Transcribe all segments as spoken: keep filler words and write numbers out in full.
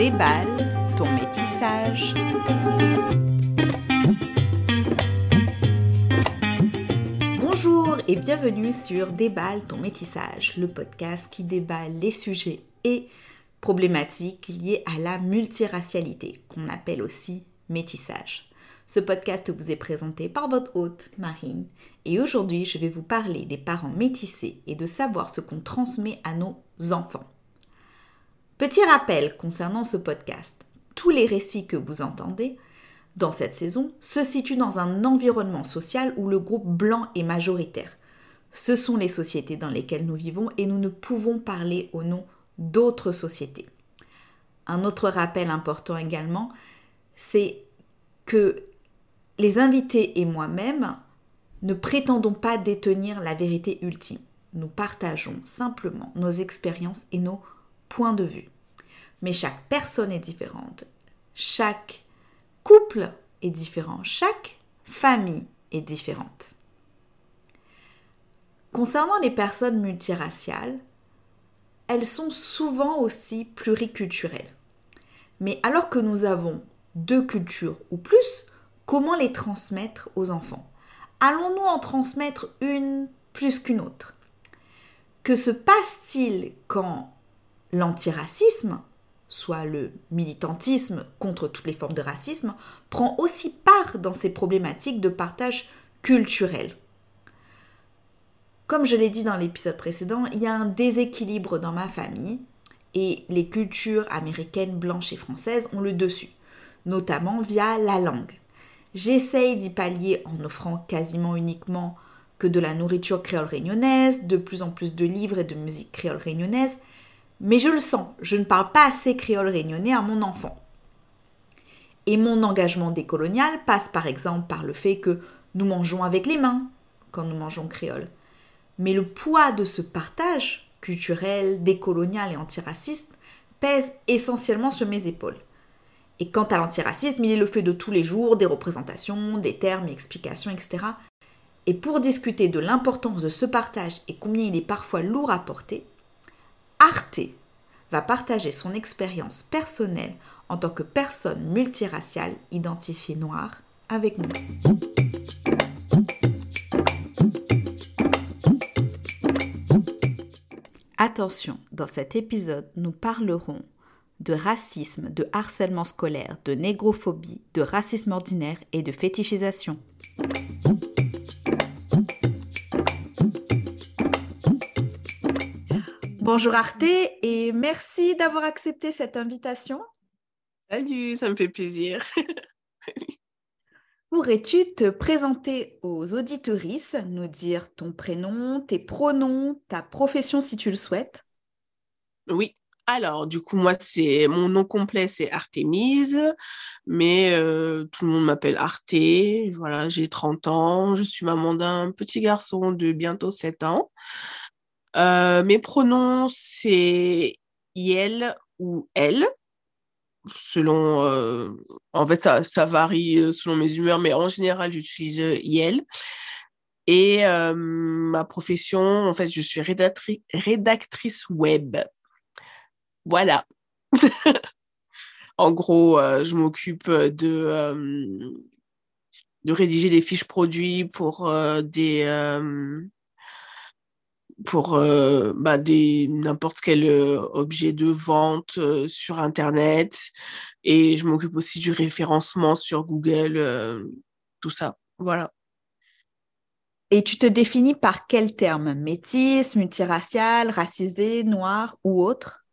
Déballe ton métissage. Bonjour et bienvenue sur Déballe ton métissage, le podcast qui déballe les sujets et problématiques liées à la multiracialité, qu'on appelle aussi métissage. Ce podcast vous est présenté par votre hôte, Marine, et aujourd'hui je vais vous parler des parents métissés et de savoir ce qu'on transmet à nos enfants. Petit rappel concernant ce podcast, tous les récits que vous entendez dans cette saison se situent dans un environnement social où le groupe blanc est majoritaire. Ce sont les sociétés dans lesquelles nous vivons et nous ne pouvons parler au nom d'autres sociétés. Un autre rappel important également, c'est que les invités et moi-même ne prétendons pas détenir la vérité ultime. Nous partageons simplement nos expériences et nos points de vue. Mais chaque personne est différente, chaque couple est différent, chaque famille est différente. Concernant les personnes multiraciales, elles sont souvent aussi pluriculturelles. Mais alors que nous avons deux cultures ou plus, comment les transmettre aux enfants ? Allons-nous en transmettre une plus qu'une autre ? Que se passe-t-il quand l'antiracisme, soit le militantisme contre toutes les formes de racisme, prend aussi part dans ces problématiques de partage culturel ? Comme je l'ai dit dans l'épisode précédent, il y a un déséquilibre dans ma famille et les cultures américaines, blanches et françaises ont le dessus, notamment via la langue. J'essaye d'y pallier en offrant quasiment uniquement que de la nourriture créole réunionnaise, de plus en plus de livres et de musique créole réunionnaise, mais je le sens, je ne parle pas assez créole réunionnais à mon enfant. Et mon engagement décolonial passe par exemple par le fait que nous mangeons avec les mains quand nous mangeons créole. Mais le poids de ce partage culturel, décolonial et antiraciste pèse essentiellement sur mes épaules. Et quant à l'antiracisme, il est le fait de tous les jours, des représentations, des termes, explications, et cetera. Et pour discuter de l'importance de ce partage et combien il est parfois lourd à porter, Arte va partager son expérience personnelle en tant que personne multiraciale identifiée noire avec nous. Attention, dans cet épisode, nous parlerons de racisme, de harcèlement scolaire, de négrophobie, de racisme ordinaire et de fétichisation. Bonjour Arte et merci d'avoir accepté cette invitation. Salut, ça me fait plaisir. Pourrais-tu te présenter aux auditorices, nous dire ton prénom, tes pronoms, ta profession si tu le souhaites? Oui, alors du coup, moi, c'est mon nom complet, c'est Artémise, mais euh, tout le monde m'appelle Arte. Voilà, j'ai trente ans, je suis maman d'un petit garçon de bientôt sept ans. Euh, mes pronoms, c'est Yel ou Elle, selon... euh, en fait, ça, ça varie selon mes humeurs, mais en général, j'utilise Yel. Et euh, ma profession, en fait, je suis rédactri- rédactrice web. Voilà. En gros, euh, je m'occupe de, euh, de rédiger des fiches produits pour euh, des... euh, pour euh, bah, des, n'importe quel euh, objet de vente euh, sur Internet. Et je m'occupe aussi du référencement sur Google, euh, tout ça. Voilà. Et tu te définis par quel terme? Métis, multiracial, racisé, noir ou autre?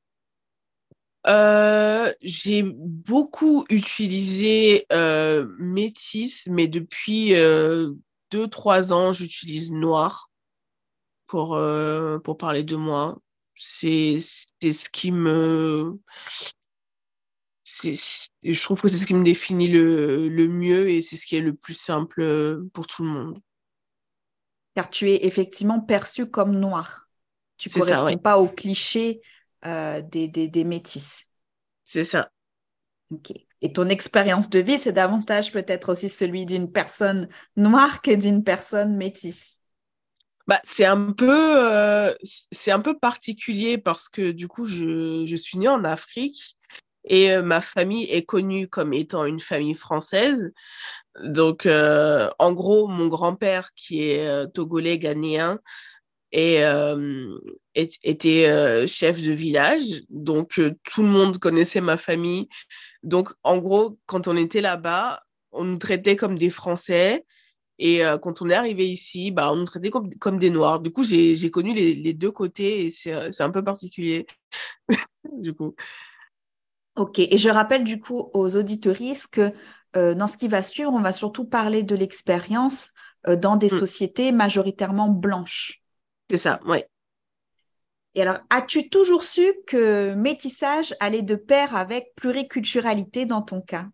Euh, j'ai beaucoup utilisé euh, métis, mais depuis euh, deux, trois ans, j'utilise noir pour, euh, pour parler de moi. C'est, c'est ce qui me... C'est, c'est- je trouve que c'est ce qui me définit le, le mieux et c'est ce qui est le plus simple pour tout le monde. Car tu es effectivement perçu comme noir. Tu ne C'est ça, corresponds ouais. pas au cliché euh, des, des, des métis. C'est ça. Ok. Et ton expérience de vie, c'est davantage peut-être aussi celui d'une personne noire que d'une personne métisse. Bah, c'est un peu, euh, c'est un peu particulier parce que du coup, je, je suis née en Afrique. Et euh, ma famille est connue comme étant une famille française. Donc, euh, en gros, mon grand-père, qui est euh, togolais ghanéen, et euh, est- était euh, chef de village. Donc, euh, tout le monde connaissait ma famille. Donc, en gros, quand on était là-bas, on nous traitait comme des Français. Et euh, quand on est arrivé ici, bah, on nous traitait comme, comme des Noirs. Du coup, j'ai, j'ai connu les, les deux côtés et c'est, euh, c'est un peu particulier, du coup. Ok, et je rappelle du coup aux auditoristes que euh, dans ce qui va suivre, on va surtout parler de l'expérience euh, dans des Mm, sociétés majoritairement blanches. c'est ça, ouais. Et alors, as-tu toujours su que métissage allait de pair avec pluriculturalité dans ton cas?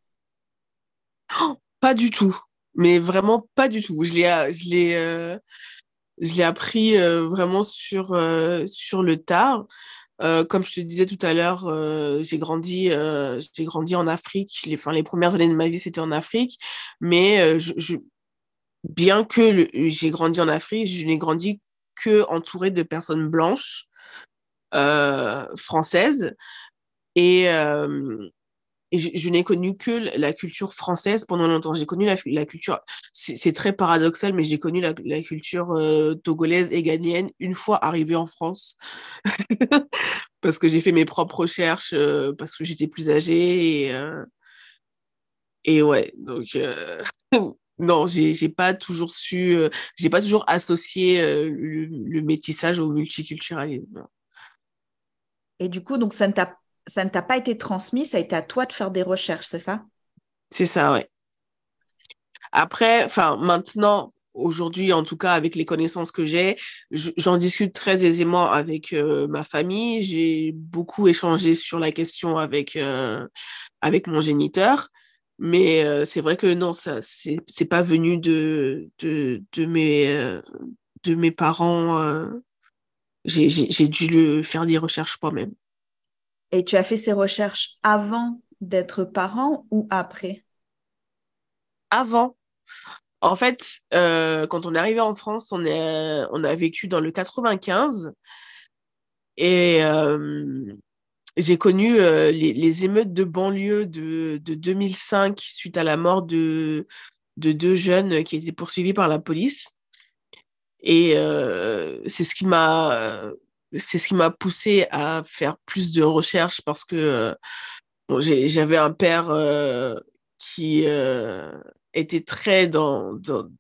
Pas du tout. Mais vraiment pas du tout. Je l'ai, euh, je l'ai, euh, je l'ai appris euh, vraiment sur, euh, sur le tard. Euh, comme je te disais tout à l'heure, euh, j'ai grandi, euh, j'ai grandi en Afrique. Les, enfin, les premières années de ma vie, c'était en Afrique. Mais euh, je, je- bien que le- j'ai grandi en Afrique, je n'ai grandi que entourée de personnes blanches, euh, françaises. Et, euh, et je, je n'ai connu que la culture française pendant longtemps. J'ai connu la, la culture, c'est c'est très paradoxal, mais j'ai connu la, la culture euh, togolaise et ghanéenne une fois arrivée en France. Parce que j'ai fait mes propres recherches, euh, parce que j'étais plus âgée. Et, euh, et ouais, donc euh, non, j'ai j'ai pas toujours su, euh, j'ai pas toujours associé euh, le, le métissage au multiculturalisme. Et du coup, donc ça ne t'a ça ne t'a pas été transmis, ça a été à toi de faire des recherches, c'est ça? C'est ça, ouais. Après, enfin, maintenant, aujourd'hui, en tout cas, avec les connaissances que j'ai, j- j'en discute très aisément avec euh, ma famille. J'ai beaucoup échangé sur la question avec, euh, avec mon géniteur. Mais euh, c'est vrai que non, ça, c'est, c'est pas venu de, de, de mes, euh, de mes parents. euh. J'ai, j'ai, j'ai dû le faire des recherches moi-même. Et tu as fait ces recherches avant d'être parent ou après? Avant, en fait, euh, quand on est arrivé en France, on est, on a vécu dans le quatre-vingt-quinze. Et euh, j'ai connu euh, les, les émeutes de banlieue de, de deux mille cinq suite à la mort de, de deux jeunes qui étaient poursuivis par la police. Et euh, c'est ce qui m'a, c'est ce qui m'a poussé à faire plus de recherches parce que euh, bon, j'ai- j'avais un père euh, qui euh, était très dans, dans,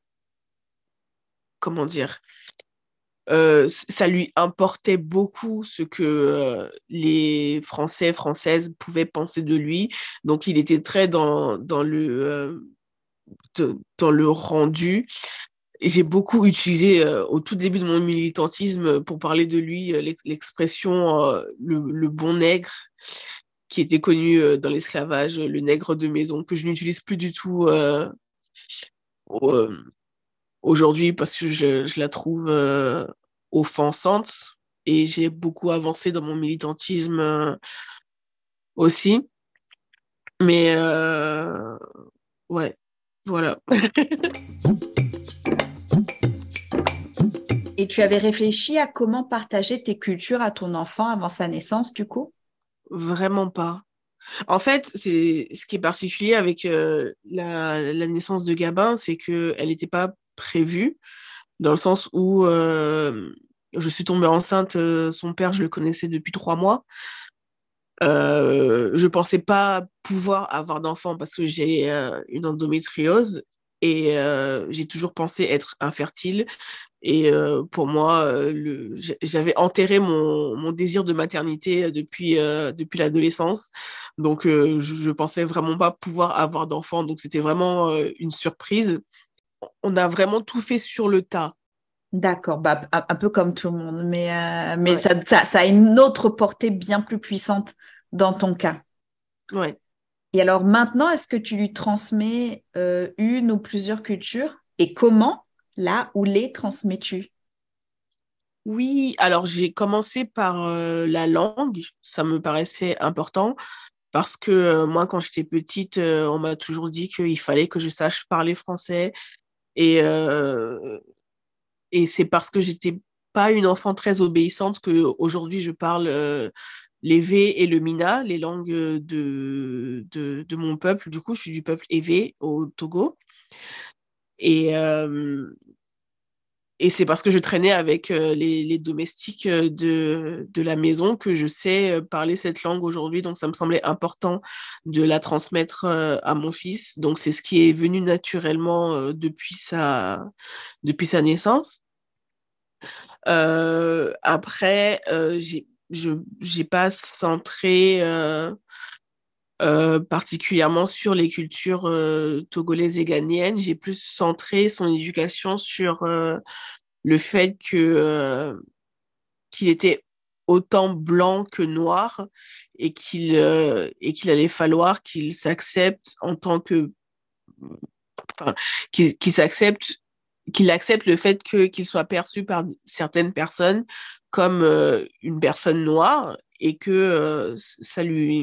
comment dire, euh, ça lui importait beaucoup ce que euh, les Français, Françaises pouvaient penser de lui. Donc, il était très dans, dans le, euh, de- dans le rendu. Et j'ai beaucoup utilisé euh, au tout début de mon militantisme pour parler de lui euh, l'ex- l'expression euh, le, le bon nègre qui était connu euh, dans l'esclavage, le nègre de maison, que je n'utilise plus du tout euh, au- euh, aujourd'hui parce que je, je la trouve euh, offensante et j'ai beaucoup avancé dans mon militantisme euh, aussi. Mais euh, ouais, voilà. Et tu avais réfléchi à comment partager tes cultures à ton enfant avant sa naissance, du coup? Vraiment pas. En fait, c'est ce qui est particulier avec euh, la, la naissance de Gabin, c'est que elle n'était pas prévue, dans le sens où euh, je suis tombée enceinte, euh, son père, je le connaissais depuis trois mois. Euh, je pensais pas pouvoir avoir d'enfant parce que j'ai euh, une endométriose et euh, j'ai toujours pensé être infertile. Et euh, pour moi, euh, le, j'avais enterré mon, mon désir de maternité depuis, euh, depuis l'adolescence. Donc, euh, je, je pensais vraiment pas pouvoir avoir d'enfant. Donc, c'était vraiment euh, une surprise. On a vraiment tout fait sur le tas. D'accord, bah, un un peu comme tout le monde, mais, euh, mais Ouais, ça, ça, ça a une autre portée bien plus puissante dans ton cas. ouais. Et alors maintenant, est-ce que tu lui transmets euh, une ou plusieurs cultures? Et comment, là, ou les transmets-tu? Oui, alors j'ai commencé par euh, la langue. Ça me paraissait important. Parce que euh, moi, quand j'étais petite, euh, on m'a toujours dit qu'il fallait que je sache parler français. Et, euh, et c'est parce que j'étais pas une enfant très obéissante que aujourd'hui je parle euh, l'Evé et le Mina, les langues de, de, de mon peuple. Du coup, je suis du peuple Evé au Togo. Et, euh, et c'est parce que je traînais avec euh, les, les domestiques euh, de, de la maison que je sais euh, parler cette langue aujourd'hui. Donc, ça me semblait important de la transmettre euh, à mon fils. Donc, c'est ce qui est venu naturellement euh, depuis sa, depuis sa naissance. Euh, après, euh, j'ai, je, j'ai pas centré euh, euh, particulièrement sur les cultures euh, togolaises et ghanéennes. J'ai plus centré son éducation sur euh, le fait que euh, qu'il était autant blanc que noir et qu'il euh, et qu'il allait falloir qu'il s'accepte en tant que enfin qu'il, qu'il s'accepte qu'il accepte le fait que qu'il soit perçu par certaines personnes comme euh, une personne noire et que euh, ça lui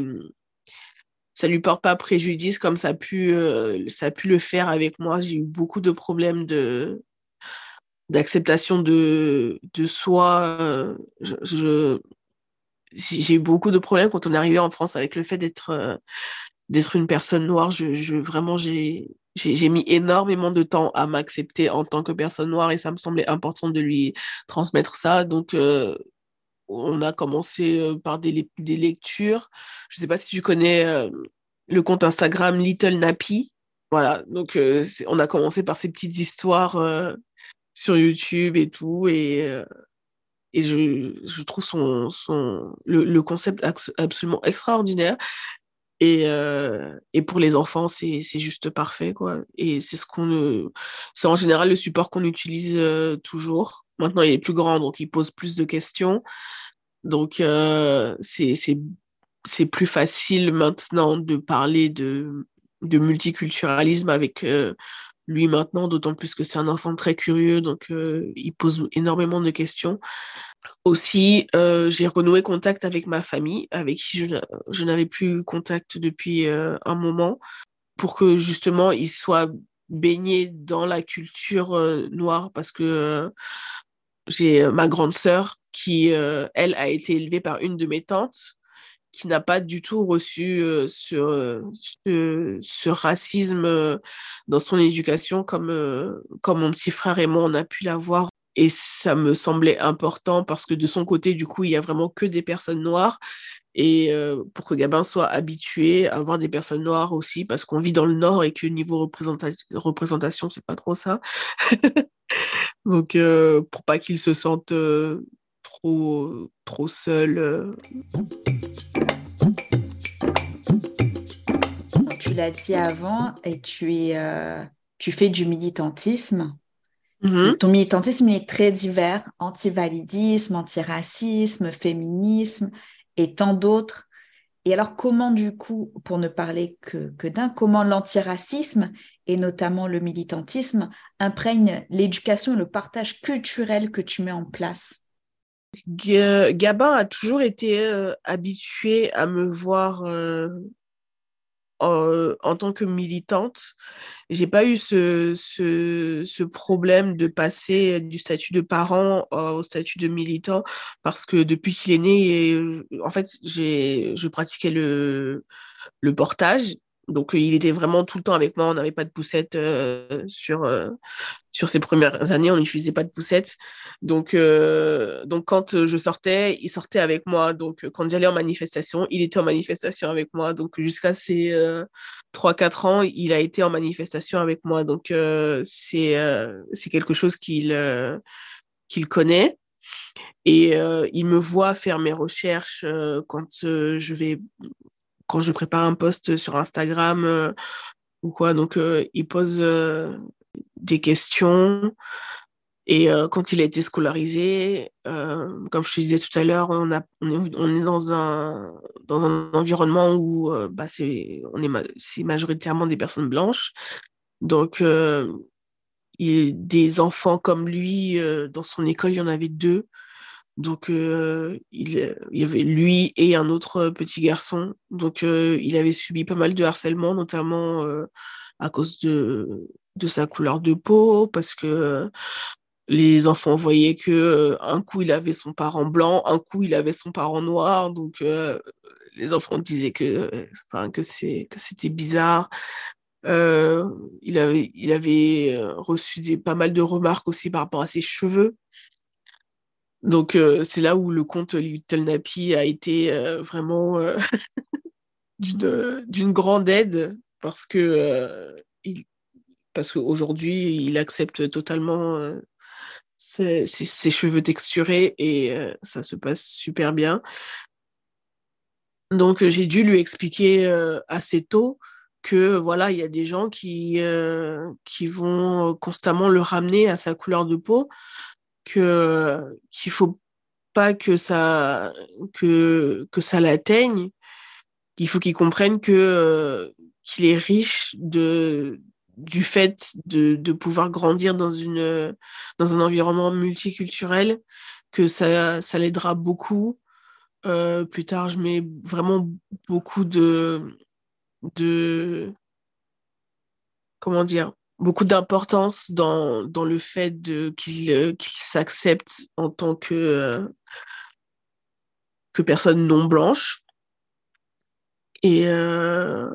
ça lui porte pas préjudice comme ça a pu euh, ça a pu le faire avec moi. J'ai eu beaucoup de problèmes de d'acceptation de de soi. Euh, je, je j'ai eu beaucoup de problèmes quand on est arrivé en France avec le fait d'être euh, d'être une personne noire. Je, je vraiment j'ai j'ai j'ai mis énormément de temps à m'accepter en tant que personne noire et ça me semblait important de lui transmettre ça. Donc euh, on a commencé euh, par des, des lectures. Je sais pas si tu connais euh, le compte Instagram Little Nappy. Voilà, donc euh, c'est- on a commencé par ces petites histoires euh, sur YouTube et tout, et, euh, et je, je trouve son, son, le, le concept abs- absolument extraordinaire. Et, euh, et pour les enfants, c'est, c'est juste parfait, quoi. Et c'est ce qu'on, euh, c'est en général le support qu'on utilise euh, toujours. Maintenant, il est plus grand, donc il pose plus de questions. Donc, euh, c'est, c'est, c'est plus facile maintenant de parler de, de multiculturalisme avec euh, lui maintenant, d'autant plus que c'est un enfant très curieux, donc euh, il pose énormément de questions. Aussi, euh, j'ai renoué contact avec ma famille, avec qui je, je n'avais plus contact depuis euh, un moment, pour que justement ils soient baignés dans la culture euh, noire, parce que euh, j'ai euh, ma grande sœur qui, euh, elle, a été élevée par une de mes tantes, qui n'a pas du tout reçu euh, ce, euh, ce, ce racisme euh, dans son éducation comme, euh, comme mon petit frère et moi, on a pu l'avoir. Et ça me semblait important parce que de son côté, du coup, il y a vraiment que des personnes noires. Et euh, pour que Gabin soit habitué à avoir des personnes noires aussi, parce qu'on vit dans le Nord et que niveau représenta- représentation, c'est pas trop ça. Donc, euh, pour pas qu'il se sente euh, trop, trop seul. euh. Tu l'as dit avant, et tu es, euh, tu fais du militantisme. Et Mhm. ton militantisme il est très divers, anti-validisme, anti-racisme, féminisme et tant d'autres. Et alors, comment du coup, pour ne parler que, que d'un, comment l'antiracisme et notamment le militantisme imprègnent l'éducation et le partage culturel que tu mets en place? Ga- Gabin a toujours été euh, habitué à me voir euh, en, en tant que militante. J'ai pas eu ce, ce, ce problème de passer du statut de parent euh, au statut de militant parce que depuis qu'il est né, euh, en fait, j'ai, je pratiquais le, le portage. Donc, euh, il était vraiment tout le temps avec moi. On n'avait pas de poussette euh, sur, euh, sur ces premières années, on n'utilisait pas de poussette. Donc, euh, donc quand euh, je sortais, il sortait avec moi. Donc, euh, quand j'allais en manifestation, il était en manifestation avec moi. Donc, jusqu'à ses euh, trois quatre ans, il a été en manifestation avec moi. Donc, euh, c'est euh, c'est quelque chose qu'il euh, qu'il connaît. Et euh, il me voit faire mes recherches euh, quand euh, je vais, quand je prépare un post sur Instagram euh, ou quoi. Donc, euh, il pose euh, des questions. Et euh, quand il a été scolarisé, euh, comme je te disais tout à l'heure, on, a, on, est, on est dans un, dans un environnement où euh, bah, c'est, on est ma- c'est majoritairement des personnes blanches. Donc, euh, il, des enfants comme lui, euh, dans son école, il y en avait deux. Donc, euh, il, il y avait lui et un autre petit garçon. Donc, euh, il avait subi pas mal de harcèlement, notamment euh, à cause de, de sa couleur de peau, parce que les enfants voyaient que euh, un coup il avait son parent blanc, un coup il avait son parent noir, donc euh, les enfants disaient que, euh, enfin, que c'est que c'était bizarre. Euh, il avait il avait euh, reçu des, pas mal de remarques aussi par rapport à ses cheveux. Donc euh, c'est là où le conte Little Nappy a été euh, vraiment euh, d'une d'une grande aide parce que euh, il, parce qu'aujourd'hui il accepte totalement euh, ses, ses- ses cheveux texturés et euh, ça se passe super bien. Donc euh, j'ai dû lui expliquer euh, assez tôt que voilà, il y a des gens qui euh, qui vont constamment le ramener à sa couleur de peau, que qu'il faut pas que ça que que ça l'atteigne. Il faut qu'il comprenne que euh, qu'il est riche de du fait de, de pouvoir grandir dans une dans un environnement multiculturel, que ça ça l'aidera beaucoup. Euh, plus tard, je mets vraiment beaucoup de de comment dire beaucoup d'importance dans dans le fait de qu'il euh, qu'il s'accepte en tant que euh, que personne non blanche et euh,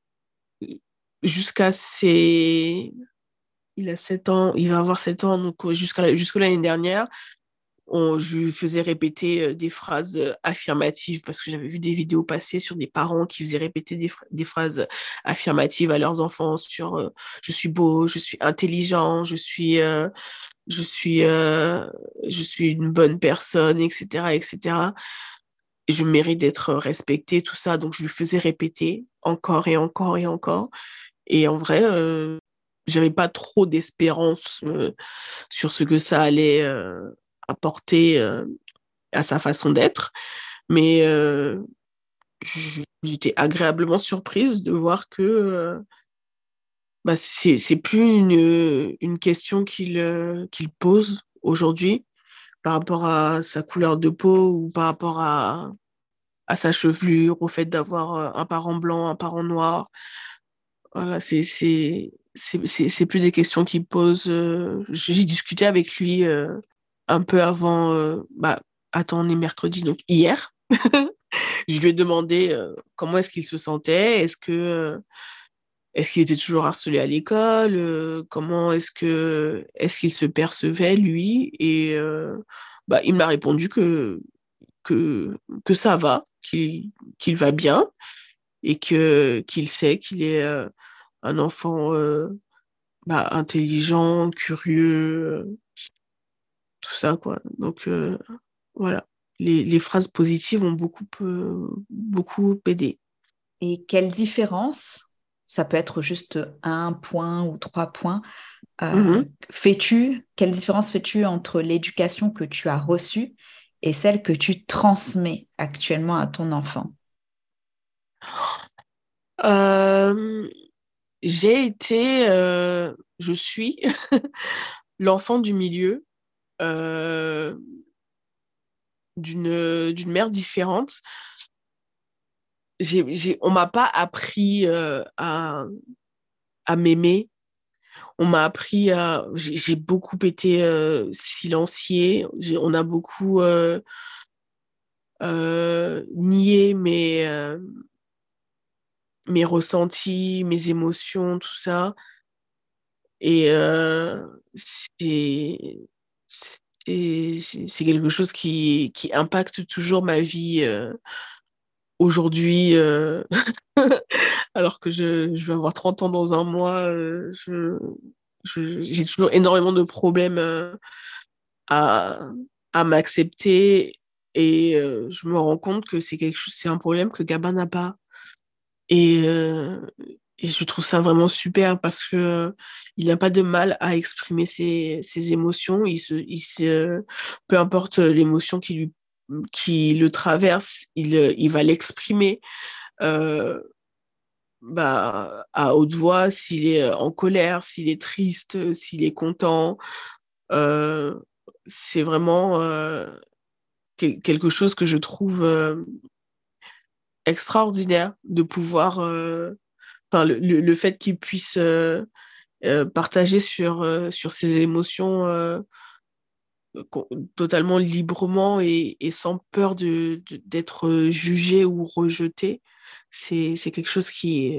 jusqu'à ses il a sept ans, il va avoir sept ans, donc euh, jusqu'à jusqu'à l'année dernière, on, je lui faisais répéter euh, des phrases euh, affirmatives parce que j'avais vu des vidéos passer sur des parents qui faisaient répéter des, des phrases affirmatives à leurs enfants sur euh, je suis beau, je suis intelligent, je suis, euh, je suis, euh, je suis une bonne personne, et cetera, et cetera. Et je mérite d'être respectée, tout ça. Donc je lui faisais répéter encore et encore et encore. Et en vrai, euh, j'avais pas trop d'espérance euh, sur ce que ça allait euh, apporter euh, à sa façon d'être, mais euh, j'étais agréablement surprise de voir que euh, bah, c'est c'est plus une, une question qu'il euh, qu'il pose aujourd'hui par rapport à sa couleur de peau ou par rapport à, à sa chevelure, au fait d'avoir euh, un parent blanc, un parent noir. Voilà, c'est c'est c'est c'est c'est plus des questions qu'il pose. Euh, j'ai discuté avec lui euh, un peu avant. Euh, bah, attends, on est mercredi, donc hier. Je lui ai demandé euh, comment est-ce qu'il se sentait. Est-ce que euh, est-ce qu'il était toujours harcelé à l'école? Euh, comment est-ce que est-ce qu'il se percevait lui? Et euh, bah, il m'a répondu que que que ça va, qu'il qu'il va bien et que qu'il sait qu'il est euh, un enfant euh, bah, intelligent, curieux, euh, tout ça, quoi. Donc, euh, voilà. Les, les phrases positives ont beaucoup, euh, beaucoup aidé. Et quelle différence, ça peut être juste un point ou trois points, euh, Mhm. fais-tu, quelle différence fais-tu entre l'éducation que tu as reçue et celle que tu transmets actuellement à ton enfant? Euh, j'ai été, euh, je suis l'enfant du milieu euh, d'une d'une mère différente. J'ai, j'ai, on m'a pas appris euh, à, à m'aimer. On m'a appris à. J'ai j'ai beaucoup été euh, silenciée. J'ai- on a beaucoup euh, euh, nié mes, euh, mes ressentis, mes émotions, tout ça. Et euh, c'est c'est c'est quelque chose qui, qui impacte toujours ma vie euh, aujourd'hui. Euh, alors que je, je vais avoir trente ans dans un mois. Euh, je, je- j'ai toujours énormément de problèmes euh, à, à m'accepter et euh, je me rends compte que c'est quelque chose, c'est un problème que Gabin n'a pas. Et, euh, et je trouve ça vraiment super parce que euh, il n'a pas de mal à exprimer ses, ses émotions. Il se, il se, peu importe l'émotion qui lui, qui le traverse, il, il va l'exprimer. Euh, bah, à haute voix, s'il est en colère, s'il est triste, s'il est content. Euh, c'est vraiment euh, que- quelque chose que je trouve euh, extraordinaire de pouvoir, euh, enfin, le, le, le fait qu'il puisse euh, euh, partager sur, euh, sur ses émotions euh, totalement librement et, et sans peur de, de- d'être jugé ou rejeté. C'est, c'est quelque chose qui,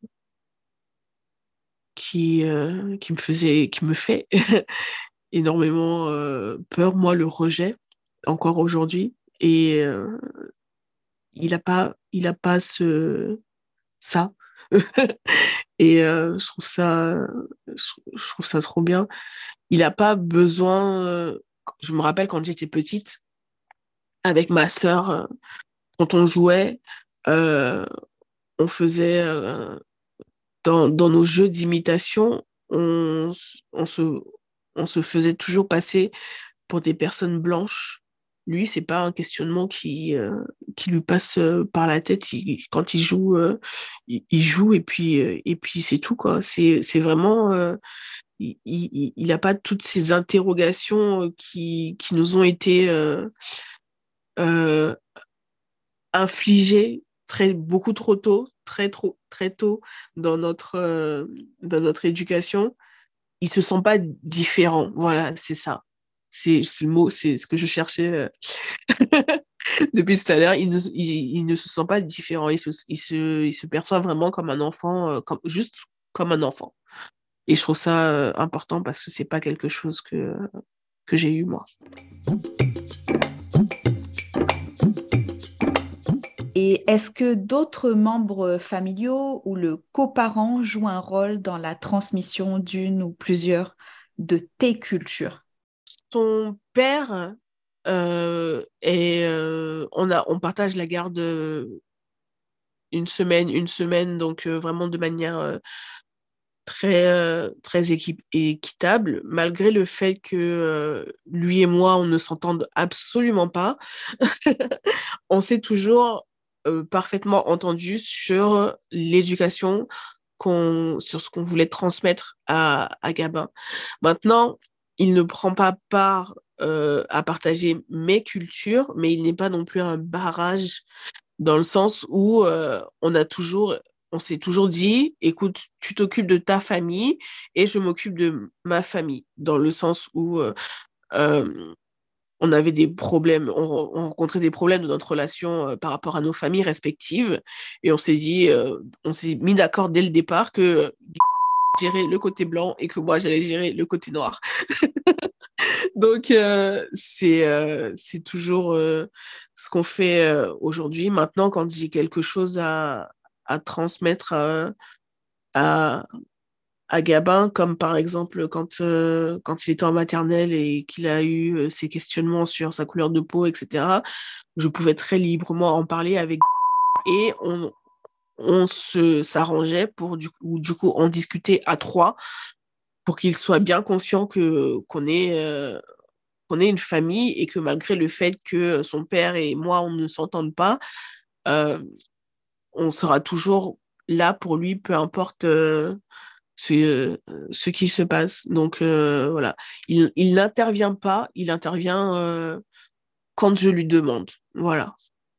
qui, euh, qui me faisait, qui me fait énormément euh, peur, moi, le rejet, encore aujourd'hui. Et euh, il a pas, il a pas ce, ça. Et euh, je trouve ça, je, je trouve ça trop bien. Il a pas besoin. euh, je me rappelle quand j'étais petite, avec ma sœur, euh, quand on jouait, euh, on faisait euh, dans, dans nos jeux d'imitation, on, s- on se, on se faisait toujours passer pour des personnes blanches. Lui, c'est pas un questionnement qui, euh, qui lui passe euh, par la tête. Il- quand il joue, euh, il, il joue et puis, euh, et puis c'est tout, quoi. C'est, c'est vraiment, euh, il, il, il a pas toutes ces interrogations euh, qui, qui nous ont été euh, euh, infligées très, beaucoup trop tôt, très, trop, très tôt dans notre, euh, dans notre éducation. Ils se sentent pas différents. Voilà, c'est ça. C'est c'est le mot, c'est ce que je cherchais euh, depuis tout à l'heure. Ils ne, ils, ils ne se sentent pas différents. Ils se, ils se, ils se perçoivent vraiment comme un enfant, euh, comme, juste comme un enfant. Et je trouve ça euh, important parce que c'est pas quelque chose que, que j'ai eu moi. Et est-ce que d'autres membres familiaux ou le coparent jouent un rôle dans la transmission d'une ou plusieurs de tes cultures? Ton père euh, et euh, on a, on partage la garde euh, une semaine, une semaine, donc euh, vraiment de manière euh, très, euh, très équi- équitable, malgré le fait que euh, lui et moi, on ne s'entende absolument pas. On s'est toujours euh, parfaitement entendu sur l'éducation, qu'on, sur ce qu'on voulait transmettre à, à Gabin. Maintenant, il ne prend pas part euh, à partager mes cultures, mais il n'est pas non plus un barrage dans le sens où euh, on a toujours, on s'est toujours dit, écoute, tu t'occupes de ta famille et je m'occupe de ma famille, dans le sens où euh, euh, on avait des problèmes, on, on rencontrait des problèmes de notre relation euh, par rapport à nos familles respectives et on s'est dit, euh, on s'est mis d'accord dès le départ que euh, gérer le côté blanc et que moi j'allais gérer le côté noir. Donc, euh, c'est euh, c'est toujours euh, ce qu'on fait euh, aujourd'hui. Maintenant, quand j'ai quelque chose à, à transmettre à, à, à Gabin, comme par exemple quand, euh, quand il était en maternelle et qu'il a eu euh, ses questionnements sur sa couleur de peau, et cetera, je pouvais très librement en parler avec et on, on se s'arrangeait pour du coup, du coup en discuter à trois pour qu'il soit bien conscient que qu'on est euh, qu'on est une famille et que malgré le fait que son père et moi, on ne s'entende pas, euh, on sera toujours là pour lui, peu importe euh, ce, euh, ce qui se passe. Donc euh, voilà, il, il n'intervient pas, il intervient euh, quand je lui demande. Voilà.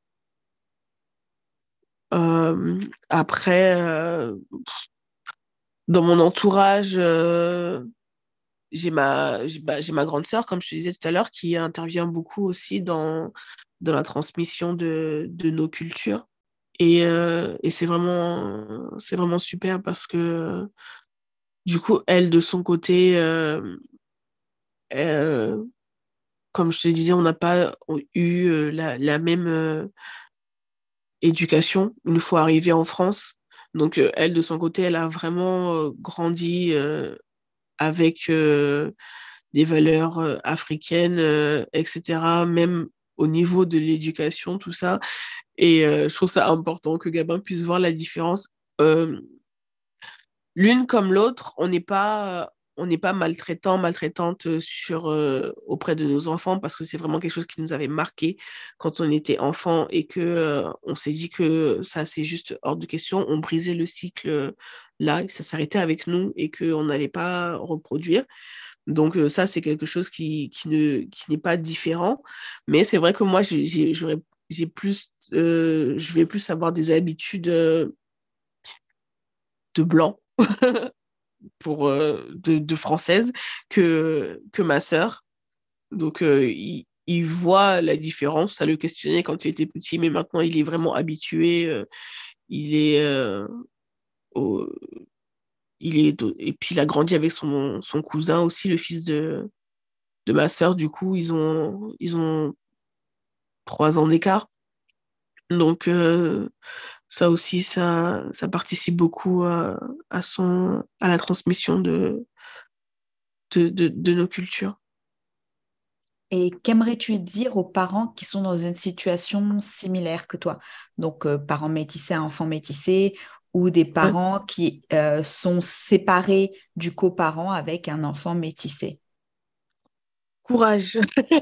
Euh, après, euh, dans mon entourage, euh, j'ai ma, j'ai bah, j'ai ma grande sœur, comme je te disais tout à l'heure, qui intervient beaucoup aussi dans, dans la transmission de, de nos cultures. Et, euh, et c'est vraiment, c'est vraiment super parce que du coup, elle, de son côté, euh, euh, comme je te disais, on n'a pas eu euh, la, la même euh, éducation une fois arrivée en France. Donc, euh, elle, de son côté, elle a vraiment euh, grandi euh, avec euh, des valeurs euh, africaines, euh, et cetera, même au niveau de l'éducation, tout ça. Et euh, je trouve ça important que Gabin puisse voir la différence. Euh, L'une comme l'autre, on n'est pas, on n'est pas maltraitant, maltraitante sur, euh, auprès de nos enfants parce que c'est vraiment quelque chose qui nous avait marqué quand on était enfant et que euh, on s'est dit que ça c'est juste hors de question. On brisait le cycle euh, là, ça s'arrêtait avec nous et qu'on n'allait pas reproduire. Donc euh, ça c'est quelque chose qui, qui ne, qui n'est pas différent. Mais c'est vrai que moi j'ai, j'ai, j'aurais, j'ai plus, euh, je vais plus avoir des habitudes euh, de blanc pour euh, de, de française que, que ma sœur. Donc, euh, il, il voit la différence. Ça le questionnait quand il était petit, mais maintenant, il est vraiment habitué. euh, il est, euh, au- il est, au- et puis, il a grandi avec son, son cousin aussi, le fils de, de ma sœur. Du coup, ils ont, ils ont trois ans d'écart. Donc, euh, ça aussi, ça, ça participe beaucoup à, à son, à la transmission de, de, de, de nos cultures. Et qu'aimerais-tu dire aux parents qui sont dans une situation similaire que toi? Donc, euh, parents métissés, enfants métissés, ou des Ouais. parents qui euh, sont séparés du coparent avec un enfant métissé. Courage.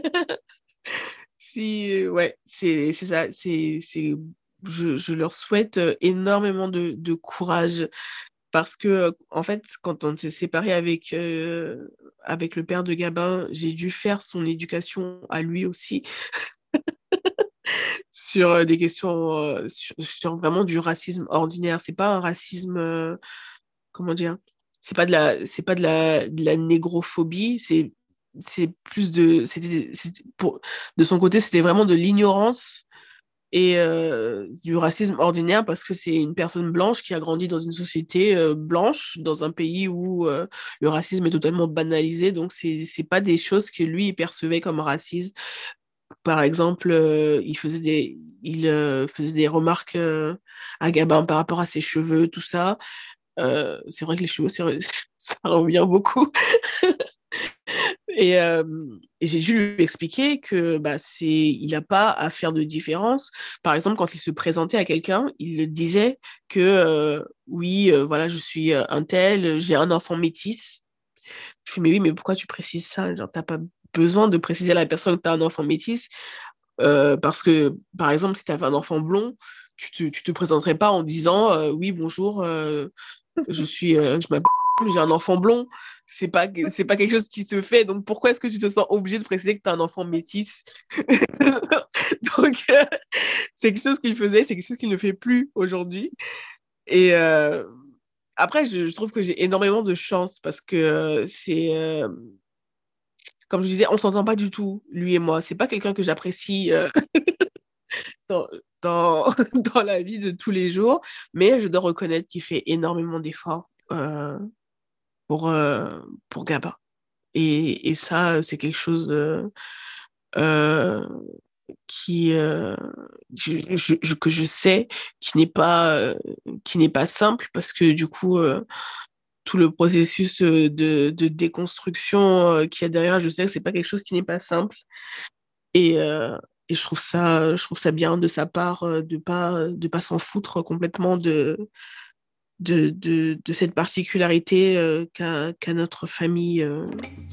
Si, euh, ouais, c'est, c'est ça. C'est, c'est, je, je leur souhaite euh, énormément de, de courage parce que, euh, en fait, quand on s'est séparé avec, euh, avec le père de Gabin, j'ai dû faire son éducation à lui aussi sur euh, des questions, euh, sur, sur vraiment du racisme ordinaire. C'est pas un racisme, euh, comment dire, c'est pas de la, c'est pas de la, de la négrophobie, c'est, c'est plus de, c'était, c'était pour, de son côté, c'était vraiment de l'ignorance et euh, du racisme ordinaire parce que c'est une personne blanche qui a grandi dans une société euh, blanche, dans un pays où euh, le racisme est totalement banalisé, donc c'est, c'est pas des choses que lui il percevait comme racisme. Par exemple, euh, il faisait des, il euh, faisait des remarques euh, à Gabin par rapport à ses cheveux, tout ça. Euh, c'est vrai que les cheveux, c'est, ça revient beaucoup. Et, euh, et j'ai dû lui expliquer que bah, c'est, il n'a pas à faire de différence. Par exemple, quand il se présentait à quelqu'un, il disait que euh, oui, euh, voilà, je suis euh, un tel, j'ai un enfant métis. Je fais, mais oui, mais pourquoi tu précises ça? Genre, t'as pas besoin de préciser à la personne que tu as un enfant métis. Euh, parce que, par exemple, si tu avais un enfant blond, tu te, tu te présenterais pas en disant euh, oui, bonjour, euh, je suis, euh, je m'appelle, j'ai un enfant blond. C'est pas, c'est pas quelque chose qui se fait. Donc pourquoi est-ce que tu te sens obligé de préciser que tu as un enfant métis? Donc euh, c'est quelque chose qu'il faisait, c'est quelque chose qu'il ne fait plus aujourd'hui. Et euh, après, je, je trouve que j'ai énormément de chance parce que euh, c'est, euh, comme je disais, on s'entend pas du tout, lui et moi. C'est pas quelqu'un que j'apprécie euh, dans, dans, dans la vie de tous les jours, mais je dois reconnaître qu'il fait énormément d'efforts euh, pour, euh, pour Gaba. Et, et ça, c'est quelque chose euh, euh, qui, euh, je, je- je- que je sais qui n'est pas, euh, qui n'est pas simple parce que du coup, euh, tout le processus euh, de, de déconstruction euh, qu'il y a derrière, je sais que c'est pas quelque chose qui n'est pas simple. Et, euh, et je trouve ça, je trouve ça bien de sa part euh, de pas, de pas s'en foutre complètement de, de, de, de cette particularité euh, qu'a, qu'a notre famille. euh.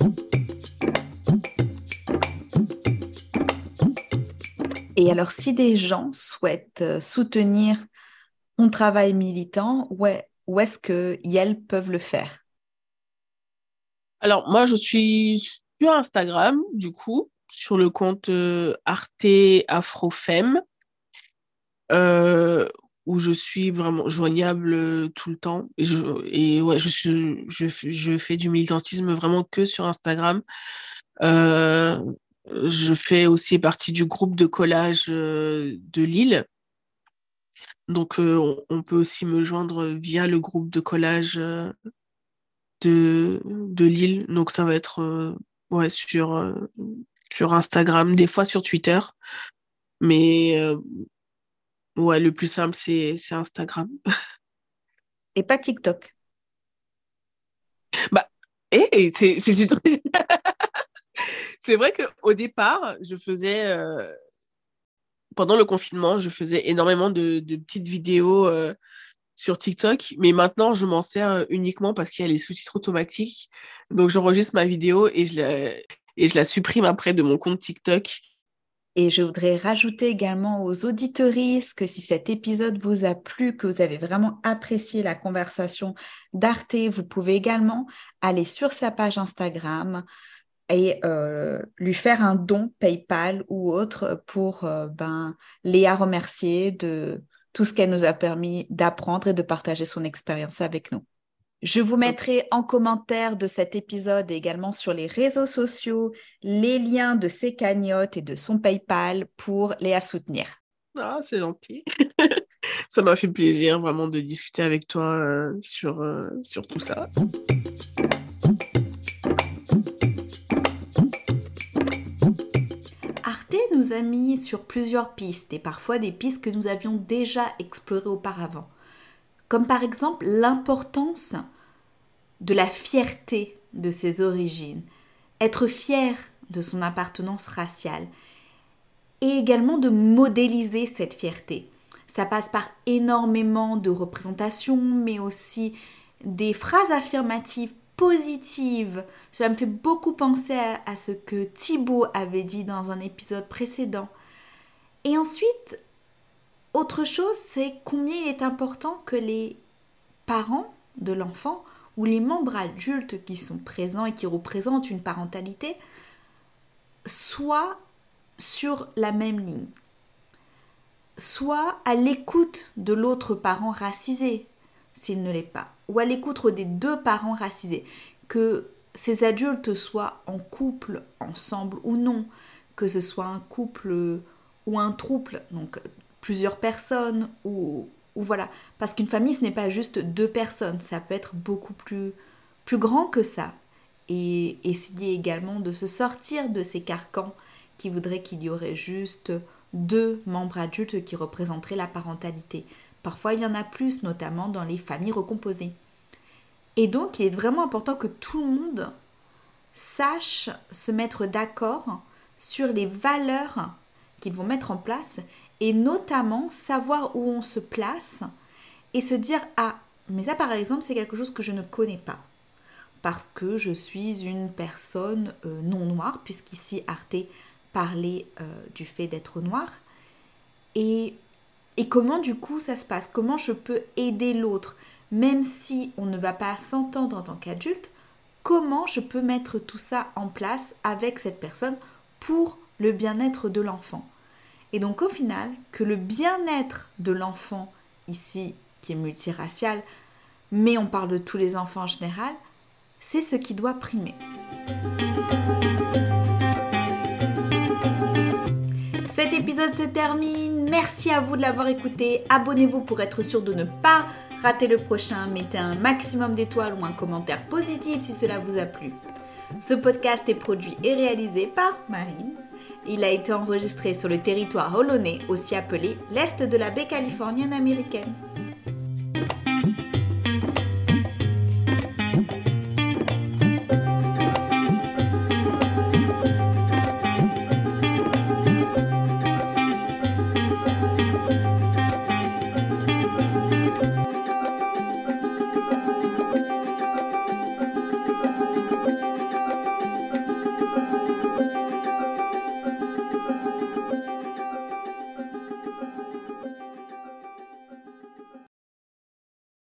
Et alors, si des gens souhaitent euh, soutenir ton travail militant, ouais, où est-ce qu'elles peuvent le faire? Alors, moi, je suis sur Instagram, du coup, sur le compte euh, Arte Afrofemme, euh, où je suis vraiment joignable euh, tout le temps. Et, je, et ouais, je, suis, je, f- je fais du militantisme vraiment que sur Instagram. Euh, je fais aussi partie du groupe de collage euh, de Lille. Donc, euh, on, on peut aussi me joindre via le groupe de collage euh, de, de Lille. Donc, ça va être euh, ouais, sur, euh, sur Instagram, des fois sur Twitter. Mais euh, ouais, le plus simple, c'est, c'est Instagram. Et pas TikTok. Bah, et c'est, c'est, du- c'est vrai qu'au départ, je faisais, euh, pendant le confinement, je faisais énormément de, de petites vidéos euh, sur TikTok, mais maintenant, je m'en sers euh, uniquement parce qu'il y a les sous-titres automatiques. Donc, j'enregistre ma vidéo et je la, et je la supprime après de mon compte TikTok. Et je voudrais rajouter également aux auditoristes que si cet épisode vous a plu, que vous avez vraiment apprécié la conversation d'Arte, vous pouvez également aller sur sa page Instagram et euh, lui faire un don PayPal ou autre pour euh, ben, Léa remercier de tout ce qu'elle nous a permis d'apprendre et de partager son expérience avec nous. Je vous mettrai en commentaire de cet épisode et également sur les réseaux sociaux les liens de ses cagnottes et de son PayPal pour les soutenir. Ah, c'est gentil. Ça m'a fait plaisir vraiment de discuter avec toi euh, sur, euh, sur tout ça. Arte nous a mis sur plusieurs pistes et parfois des pistes que nous avions déjà explorées auparavant. Comme par exemple l'importance de la fierté de ses origines, être fier de son appartenance raciale et également de modéliser cette fierté. Ça passe par énormément de représentations, mais aussi des phrases affirmatives positives. Cela me fait beaucoup penser à, à ce que Thibaut avait dit dans un épisode précédent. Et ensuite, autre chose, c'est combien il est important que les parents de l'enfant ou les membres adultes qui sont présents et qui représentent une parentalité soient sur la même ligne, soient à l'écoute de l'autre parent racisé, s'il ne l'est pas, ou à l'écoute des deux parents racisés, que ces adultes soient en couple, ensemble ou non, que ce soit un couple ou un trouble, donc plusieurs personnes, ou, ou voilà. Parce qu'une famille, ce n'est pas juste deux personnes, ça peut être beaucoup plus, plus grand que ça. Et essayer également de se sortir de ces carcans qui voudraient qu'il y aurait juste deux membres adultes qui représenteraient la parentalité. Parfois, il y en a plus, notamment dans les familles recomposées. Et donc, il est vraiment important que tout le monde sache se mettre d'accord sur les valeurs qu'ils vont mettre en place et notamment savoir où on se place et se dire « Ah, mais ça par exemple, c'est quelque chose que je ne connais pas parce que je suis une personne euh, non noire, puisqu'ici Arte parlait euh, du fait d'être noire. Et, et comment du coup ça se passe? Comment je peux aider l'autre? Même si on ne va pas s'entendre en tant qu'adulte, comment je peux mettre tout ça en place avec cette personne pour le bien-être de l'enfant? Et donc au final, que le bien-être de l'enfant, ici, qui est multiracial, mais on parle de tous les enfants en général, c'est ce qui doit primer. Cet épisode se termine. Merci à vous de l'avoir écouté. Abonnez-vous pour être sûr de ne pas rater le prochain. Mettez un maximum d'étoiles ou un commentaire positif si cela vous a plu. Ce podcast est produit et réalisé par Marine. Il a été enregistré sur le territoire ohlonais, aussi appelé l'Est de la baie californienne américaine.